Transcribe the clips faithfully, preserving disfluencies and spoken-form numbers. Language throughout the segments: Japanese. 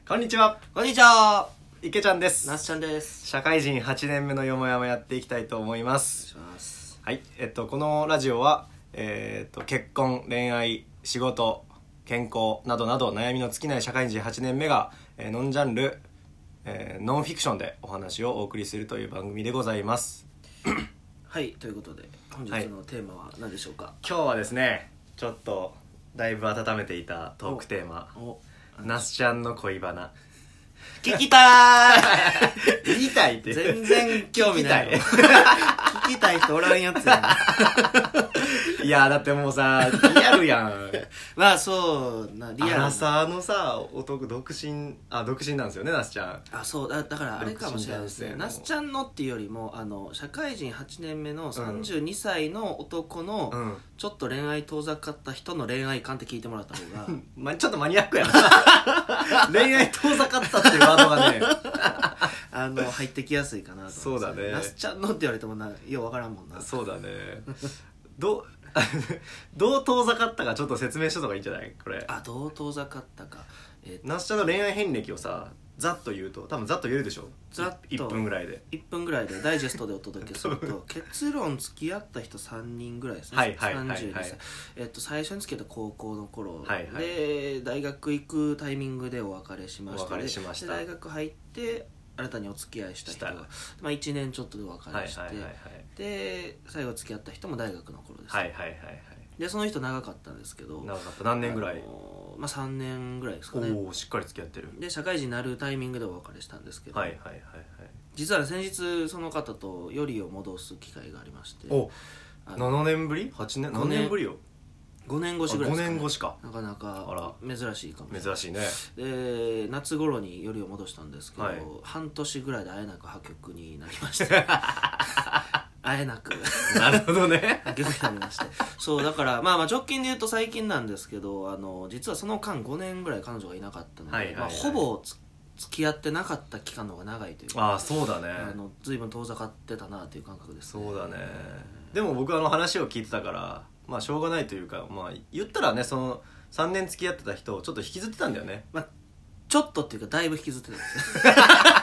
こんにちは。 こんにちは。 池ちゃんです。 なすちゃんです。 社会人はちねんめのよもやまやっていきたいと思います。 お願いします。 はい、えっとこのラジオは、えー、っと結婚、恋愛、仕事、健康などなど悩みの尽きない社会人はちねんめが、えー、ノンジャンル、えー、ノンフィクションでお話をお送りするという番組でございます。 はい、ということで本日のテーマは何でしょうか。はい、 今日はですね、ちょっとだいぶ温めていたトークテーマ、なすちゃんの恋バナ。 聞きたーい言いたいって全然興味ない。聞きたい聞きたい人おらんやつやん。 いやだってもうさリアルやん。 まあそうなリアルな。 アラサーのさ男独身あ独身なんですよね、なすちゃん。 あそうだだからあれかもしれないですね。なすちゃんのっていうよりもあの社会人はちねんめのさんじゅうにさいの男の、うん、ちょっと恋愛遠ざかった人の恋愛観って聞いてもらった方がまちょっとマニアックやな。恋愛遠ざかったっていうワードがねあの入ってきやすいかなと。 そうだね。 なすちゃんのって言われてもなようわからんもんな。 そうだね。どうどう遠ざかったかちょっと説明しとった方がいいんじゃないこれ。 あどう遠ざかったか、 えー、なすちゃんの恋愛遍歴をさざっと言うと多分ざっと言えるでしょ。 ざっといっぷんぐらいでいっぷんぐらいでダイジェストでお届けすると結論付き合った人さんにんぐらいですね。 はいはいはいはい、 さんじゅうにさい、えっと、最初に付き合った高校の頃、 はいはい、 で大学行くタイミングでお別れしました。 お別れしました。 で大学入って新たにお付き合いした人がまあ、いちねんちょっとでお別れして、はいはいはいはい、で最後付き合った人も大学の頃です、 はいはいはいはい、 でその人長かったんですけど。 長かった。何年ぐらい？あのー、まあさんねんぐらいですかね。 おお、しっかり付き合ってる。 で社会人になるタイミングでお別れしたんですけど、 はいはいはいはい、 実は、ね、先日その方とよりを戻す機会がありまして。 おななねんぶり ?はち 年何年ぶりよ。 ごねん越しぐらいですか、ね、 ごねん越しか。 なかなか珍しいかも。 珍しいね。 で夏頃によりを戻したんですけど、はい、半年ぐらいで会えなく破局になりまして会えなくなるほどね破局になりまして。そうだからまあまあ直近で言うと最近なんですけど、あの実はその間ごねんぐらい彼女がいなかったので、はいはいはい、まあ、ほぼつ付き合ってなかった期間の方が長いというか。 ああそうだね。 あの随分遠ざかってたなという感覚です、 ね、そうだね。でも僕あの話を聞いてたからまあしょうがないというか、まあ言ったらねそのさんねん付き合ってた人をちょっと引きずってたんだよね。 まあちょっとっていうかだいぶ引きずってたんですよ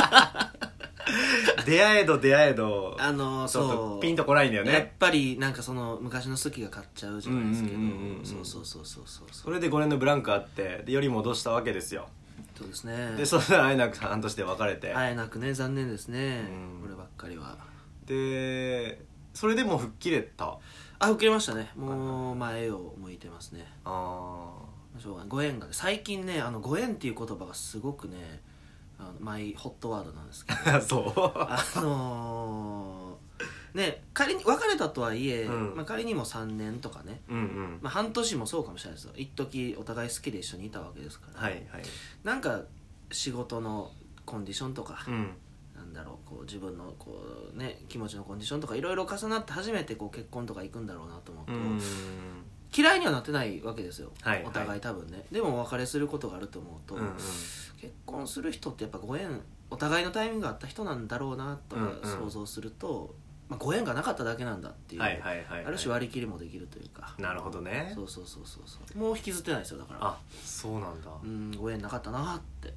出会えど出会えどあのー、 ちょっとピンとこないんだよね。 やっぱりなんかその昔の好きが勝っちゃうじゃないですけど、そうそうそうそうそう。 それでごねんのブランクあってでより戻したわけですよ。 そうですね。 でそしたら会えなく半年で別れて。 会えなくね、残念ですね、うん、こればっかりは。 でそれでもう吹っ切れた。 あ、吹っ切れましたね。もう前を向いてますね。 ああしょうがない。ご縁がね最近ね、あのご縁っていう言葉がすごくねあのマイホットワードなんですけどそうあのー、ね仮に別れたとはいえ、うんまあ、仮にもさんねんとかね、うんうんまあ、半年もそうかもしれないですよ。一時お互い好きで一緒にいたわけですから、 はいはい、 なんか仕事のコンディションとか、うん、なんだろうこう自分のこう、ね、気持ちのコンディションとかいろいろ重なって初めてこう結婚とか行くんだろうなと思うと、うん嫌いにはなってないわけですよ、はいはい、お互い多分ね。でもお別れすることがあると思うと、うんうん、結婚する人ってやっぱご縁お互いのタイミングがあった人なんだろうなとか想像すると、うんうんまあ、ご縁がなかっただけなんだっていう、はいはいはいはい、ある種割り切りもできるというか。 なるほどね。 そうそうそうそうそうもう引きずってないですよだから。 あそうなんだ。 うんご縁なかったなって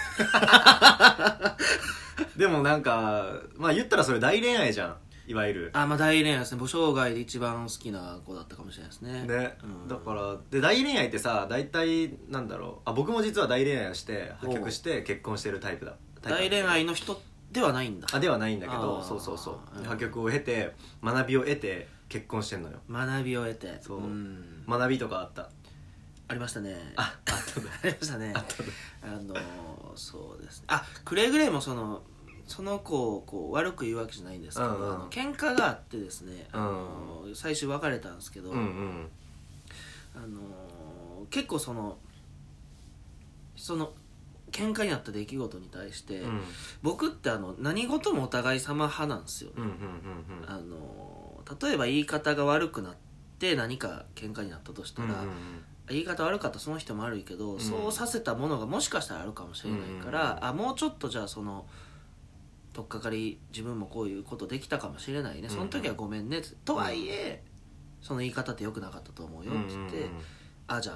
でもなんかまあ言ったらそれ大恋愛じゃんいわゆる。 あまあ大恋愛ですね。生涯で一番好きな子だったかもしれないですね。 ね、うん、だからで大恋愛ってさ大体なんだろうあ僕も実は大恋愛をして破局して結婚してるタイプだ。 タイプ大恋愛の人ではないんだ。 あではないんだけどそうそうそう、うん、破局を経て学びを得て結婚してんのよ。 学びを得てそう、うん、学びとかあった？ ありましたね。 ああったねありましたね。 あったね。 あのそうですね。あクレイグレイもそのその子をこう悪く言うわけじゃないんですけど、うんうん、あの喧嘩があってですね、あのー、最終別れたんですけど、うんうん、あのー、結構そのその喧嘩になった出来事に対して、うん、僕ってあの何事もお互い様派なんですよ、ねうんうんうんうん、あのー、例えば言い方が悪くなって何か喧嘩になったとしたら、うんうんうん、言い方悪かったその人も悪いけど、うん、そうさせたものがもしかしたらあるかもしれないから、うんうん、あもうちょっとじゃあそのとっかかり自分もこういうことできたかもしれないね、その時はごめんねって、とはいえその言い方って良くなかったと思うよって言って、うんうんうん、あじゃあ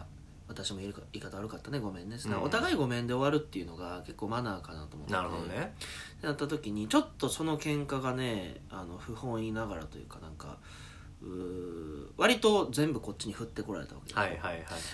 私も言い方悪かったねごめんね、うん、お互いごめんで終わるっていうのが結構マナーかなと思って、 なるほどね。 ってなった時にちょっとその喧嘩がねあの不本意ながらというかなんかう割と全部こっちに振ってこられたわけ、 はいはいはい、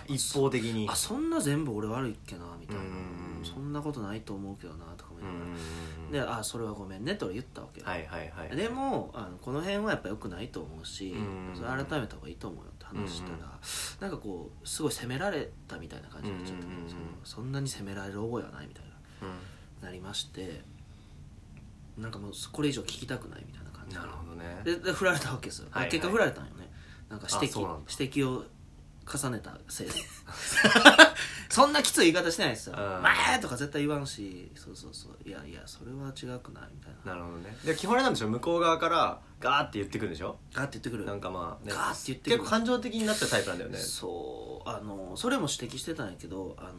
一方的にあそんな全部俺悪いっけなみたいな、そんなことないと思うけどなとか思いながら、であそれはごめんねと俺言ったわけ、 はいはいはい、 でもあのこの辺はやっぱ良くないと思うし、それ改めた方がいいと思うよって話したら、なんかこうすごい責められたみたいな感じになっちゃって、そ, そんなに責められる覚えはないみたいな、うん、なりまして、なんかもうこれ以上聞きたくないみたいな感じで、 なるほどね、 でで振られたわけですよ、はいはい、結果振られたんよね、なんか指摘指摘を重ねたせいでそんなきつい言い方してないですよ、前とか絶対言わんし、そうそうそう、いやいやそれは違くないみたいな。 なるほどね。で基本あれなんでしょ、向こう側からガーって言ってくるんでしょ。 ガーって言ってくる、 なんかまあ、ね、 ガーって言ってくる、 結構感情的になってるタイプなんだよね。 そうあのそれも指摘してたんやけど、あの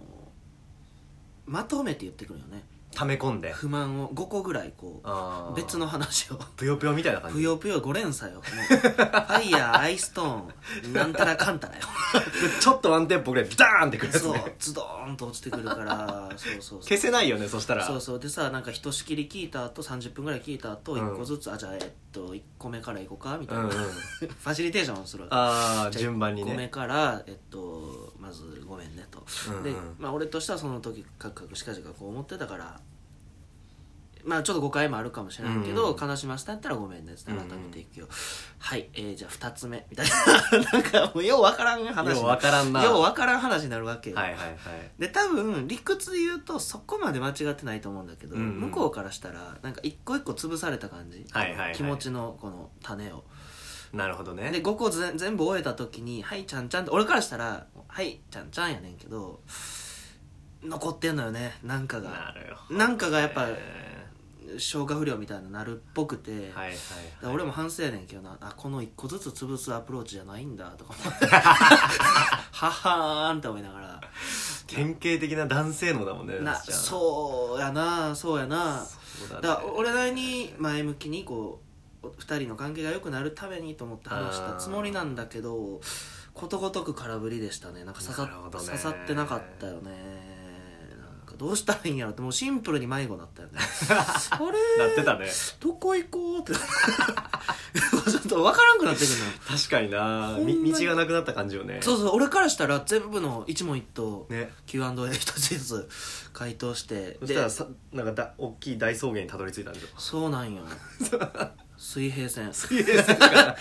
まとめて言ってくるよね、 溜め込んで不満をごこぐらいこう別の話をぷよぷよみたいな感じ、 ぷよぷよご連載をもうファイヤーアイストーンなんたらかんたらよちょっとワンテンポぐらいダーンってくるやつね、 そうズドーンと落ちてくるからそうそうそう、 消せないよねそしたら。 そうそうでさ、なんかひとしきり聞いた後さんじゅっぷんぐらい聞いた後いっこずつ、うん、あじゃあえっといっこめからいこうかみたいな、うんうん、ファシリテーションをするわけ。 ああ順番にね、 いっこめからえっとまずごめんねと、うんうん、でまあ俺としてはその時カクカクしかじかこう思ってたから、まあちょっと誤解もあるかもしれないけど、うんうん、悲しませたんやったらごめんねって改めていくよ、うんうん、はい、えー、じゃあふたつめみたいななんかもうようわからん話ようわからんなようわからん話になるわけよ、 はいはいはい、 で多分理屈で言うとそこまで間違ってないと思うんだけど、うんうん、向こうからしたらなんか一個一個潰された感じ、はいはいはい、気持ちのこの種を。 なるほどね。 でごこぜ全部終えた時にはいちゃんちゃんって俺からしたらはいちゃんちゃんやねんけど残ってんのよね、なんかがなるよ、なんかがやっぱ消化不良みたいになるっぽくて、はいはいはい、俺も反省やねんけどな、あこの一個ずつ潰すアプローチじゃないんだとかははーんって思いながら、 典型的な男性のだもんね。 なそうやなそうやなそうだ、ね、だから俺なりに前向きにこうふたりの関係が良くなるためにと思って話したつもりなんだけど、ことごとく空振りでしたね。なんか刺さ、ね、刺さってなかったよね。なんかどうしたらいいんやろって、もうシンプルに迷子だったよねあれなってたね、どこ行こうってちょっと分からんくなってくるな。確かにな、道がなくなった感じよね。 そうそう、俺からしたら全部の一問一答、ね、キューアンドエー 一つずつ回答して、 そしたらさなんかだ大きい大草原にたどり着いたんだよ。 そうなんよ水平線水平線から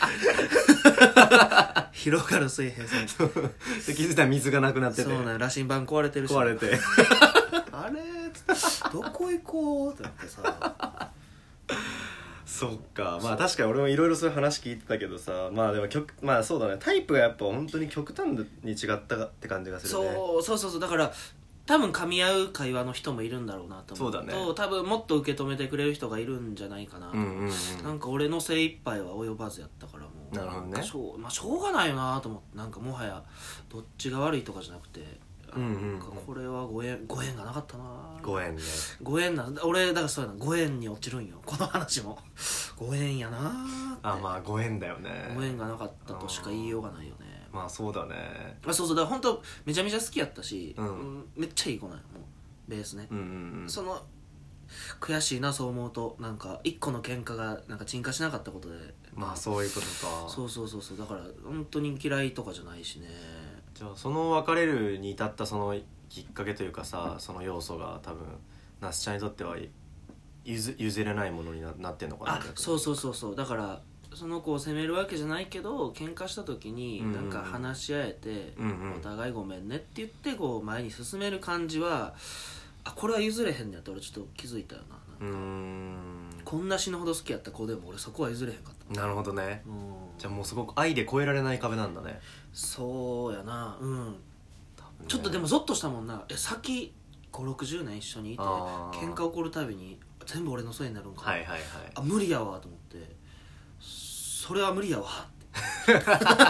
広がる水平線で気づいたら水がなくなってて、 そうなん羅針盤壊れてるし、 壊れてあれどこ行こうってなってさそっか、まあ確かに俺もいろいろそういう話聞いてたけどさ、まあでも極まあそうだね、タイプがやっぱ本当に極端に違ったって感じがするね。 そうそうそうそう、だから多分噛み合う会話の人もいるんだろうなと思うと、そうだね、多分もっと受け止めてくれる人がいるんじゃないかなと、うんうんうん、なんか俺の精一杯は及ばずやったから、もうなるほどね、 しょう、まあ、しょうがないよなと思って、なんかもはやどっちが悪いとかじゃなくて、うんうんうん、なんかこれはご縁ご縁がなかったな。 ご縁ね、 ご縁な、俺だからそうやな、ご縁に落ちるんよこの話もご縁やなって。 あ、まあご縁だよね、 ご縁がなかったとしか言いようがないよね。 まあそうだね、 あ、そうそう、だから本当めちゃめちゃ好きやったし、うん、めっちゃいい子なんよ、もうベースね、うんうんうん、その悔しいなそう思うと、なんか一個の喧嘩がなんか沈下しなかったことで、 まあそういうことか。 そうそうそうそう、だから本当に嫌いとかじゃないしね。 じゃあその別れるに至ったそのきっかけというかさ、その要素が多分那須ちゃんにとっては譲, 譲れないものに な, なってんのかな。 あ、そうそうそうそう、だからその子を責めるわけじゃないけど、喧嘩した時になんか話し合えて、うんうんうん、お互いごめんねって言ってこう前に進める感じは、あ、これは譲れへんねやって俺ちょっと気づいたよな。なんかうーん、こんな死ぬほど好きやった子でも俺そこは譲れへんかった。 なるほどね、うん、じゃあもうすごく愛で越えられない壁なんだね。 そうやな、うん、ね、ちょっとでもゾッとしたもんな。え、先ごろくじゅうねん一緒にいて喧嘩起こるたびに全部俺のせいになるんかな、はいはいはい、あ、無理やわと思って、それは無理やわって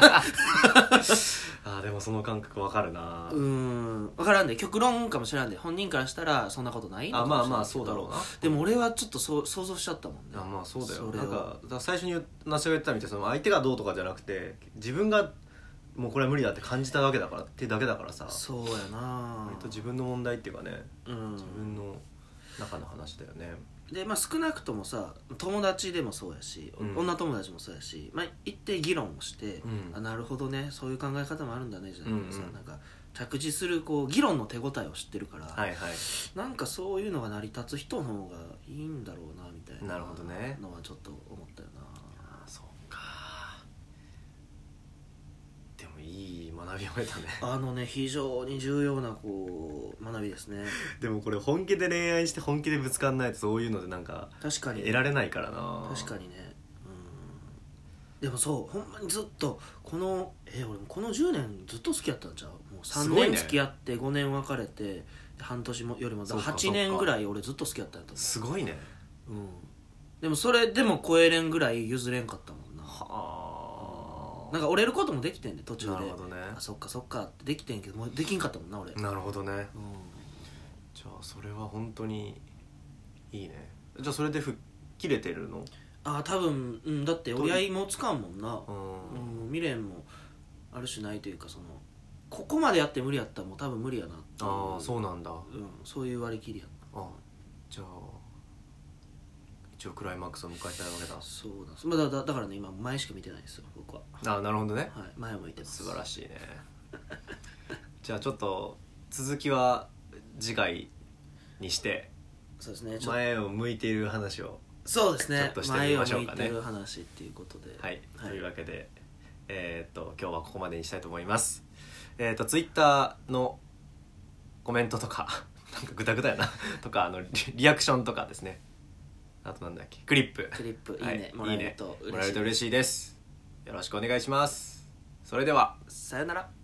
あ、でもその感覚わかるな。 うーん、分からんで、極論かもしれんで、本人からしたらそんなことないのかもしれないけど、あ、まあまあそうだろうな。でも俺はちょっとそう想像しちゃったもんね。 あ、まあそうだよ。なんか最初に那須が言ったみたいに、その相手がどうとかじゃなくて自分がもうこれは無理だって感じたわけだからってだけだからさ、 そうやな割と自分の問題っていうかね、 うん、 自分の中の話だよね。 でまあ少なくともさ友達でもそうやし、うん、女友達もそうやし、まあ、一定議論をして、うん、あなるほどねそういう考え方もあるんだねじゃないけどさ、うんうん、なんか着地するこう議論の手応えを知ってるから、はいはい、なんかそういうのが成り立つ人の方がいいんだろうなみたいなのはちょっと思ったよな。 あそうか。でもいい学びを得たね。 あのね非常に重要なこう学びですね。 でもこれ本気で恋愛して本気でぶつかんないとそういうのでなんか確かに得られないからな。 確かにね。うんでもそうほんまにずっとこのえ俺もこのじゅうねんずっと好きやったんちゃう。もうさんねん付き合ってごねん別れて半年もよりもはちねんぐらい俺ずっと好きやったんやと思う。 すごいね。 うんでもそれでも超えれんぐらい譲れんかったもんな。 はあ。 なんか折れることもできてんで途中で。 なるほどね。 あそっかそっかってできてんけどもうできんかったもんな俺。 なるほどね、うん、じゃあそれは本当にいいね。じゃあそれで吹っ切れてるの？ あ多分、うん、だって親いもつかんもんな、うんうん、未練もあるしないというかそのここまでやって無理やったらもう多分無理やなって。 ああそうなんだ、うん、 そういう割り切りやった。 あじゃあ一応クライマックスを迎えたいわけだ。 そうなんです、まあ、だ, だからね今前しか見てないんですよ僕は。 あなるほどね、 はい、前を向いてます。 素晴らしいねじゃあちょっと続きは次回にして、 そうですね、 前を向いている話をそうですねちょっとしてみましょうかね。 前を向いてる話っていうことで、 はい、はい、というわけで、えー、っと今日はここまでにしたいと思います。えー、っとツイッターのコメントとかなんかグダグダやなとかあの リ, リアクションとかですね、あとなんだっけクリップクリップいいね、はい、もらえると嬉しい、 もらえると嬉しいです。よろしくお願いします。それではさよなら。